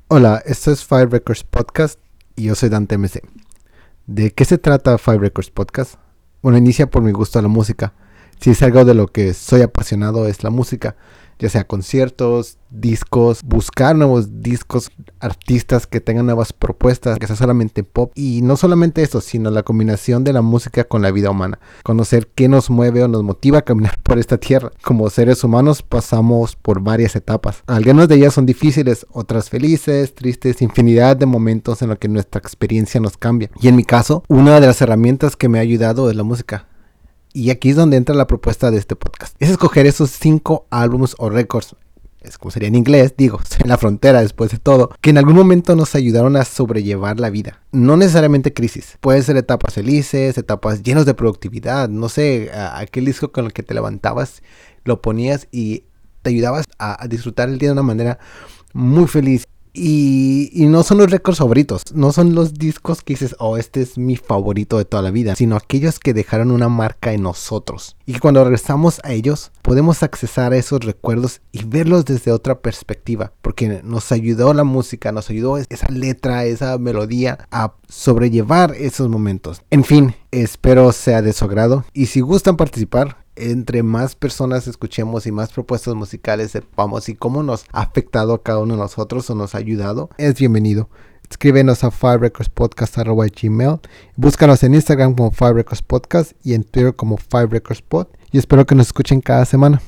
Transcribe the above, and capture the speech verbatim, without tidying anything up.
Hola, esto es Five Records Podcast y yo soy Dante M C. ¿De qué se trata Five Records Podcast? Bueno, inicia por mi gusto a la música. Si es algo de lo que soy apasionado es la música, ya sea conciertos, discos, buscar nuevos discos, artistas que tengan nuevas propuestas, que sea solamente pop. Y no solamente eso, sino la combinación de la música con la vida humana. Conocer qué nos mueve o nos motiva a caminar por esta tierra. Como seres humanos pasamos por varias etapas. Algunas de ellas son difíciles, otras felices, tristes, infinidad de momentos en los que nuestra experiencia nos cambia. Y en mi caso, una de las herramientas que me ha ayudado es la música. Y aquí es donde entra la propuesta de este podcast. Es escoger esos cinco álbumes o récords, es como sería en inglés, digo, en la frontera después de todo, que en algún momento nos ayudaron a sobrellevar la vida. No necesariamente crisis, pueden ser etapas felices, etapas llenas de productividad, no sé, aquel disco con el que te levantabas, lo ponías y te ayudabas a, a disfrutar el día de una manera muy feliz. Y, y no son los récords favoritos, no son los discos que dices, oh, este es mi favorito de toda la vida, sino aquellos que dejaron una marca en nosotros. Y que cuando regresamos a ellos, podemos accesar a esos recuerdos y verlos desde otra perspectiva. Porque nos ayudó la música, nos ayudó esa letra, esa melodía a sobrellevar esos momentos. En fin, espero sea de su agrado. Y si gustan participar, entre más personas escuchemos y más propuestas musicales sepamos y cómo nos ha afectado a cada uno de nosotros o nos ha ayudado, es bienvenido. Escríbenos a five records podcast arroba gmail. Búscanos en Instagram como five records podcast y en Twitter como five records pod. Y espero que nos escuchen cada semana.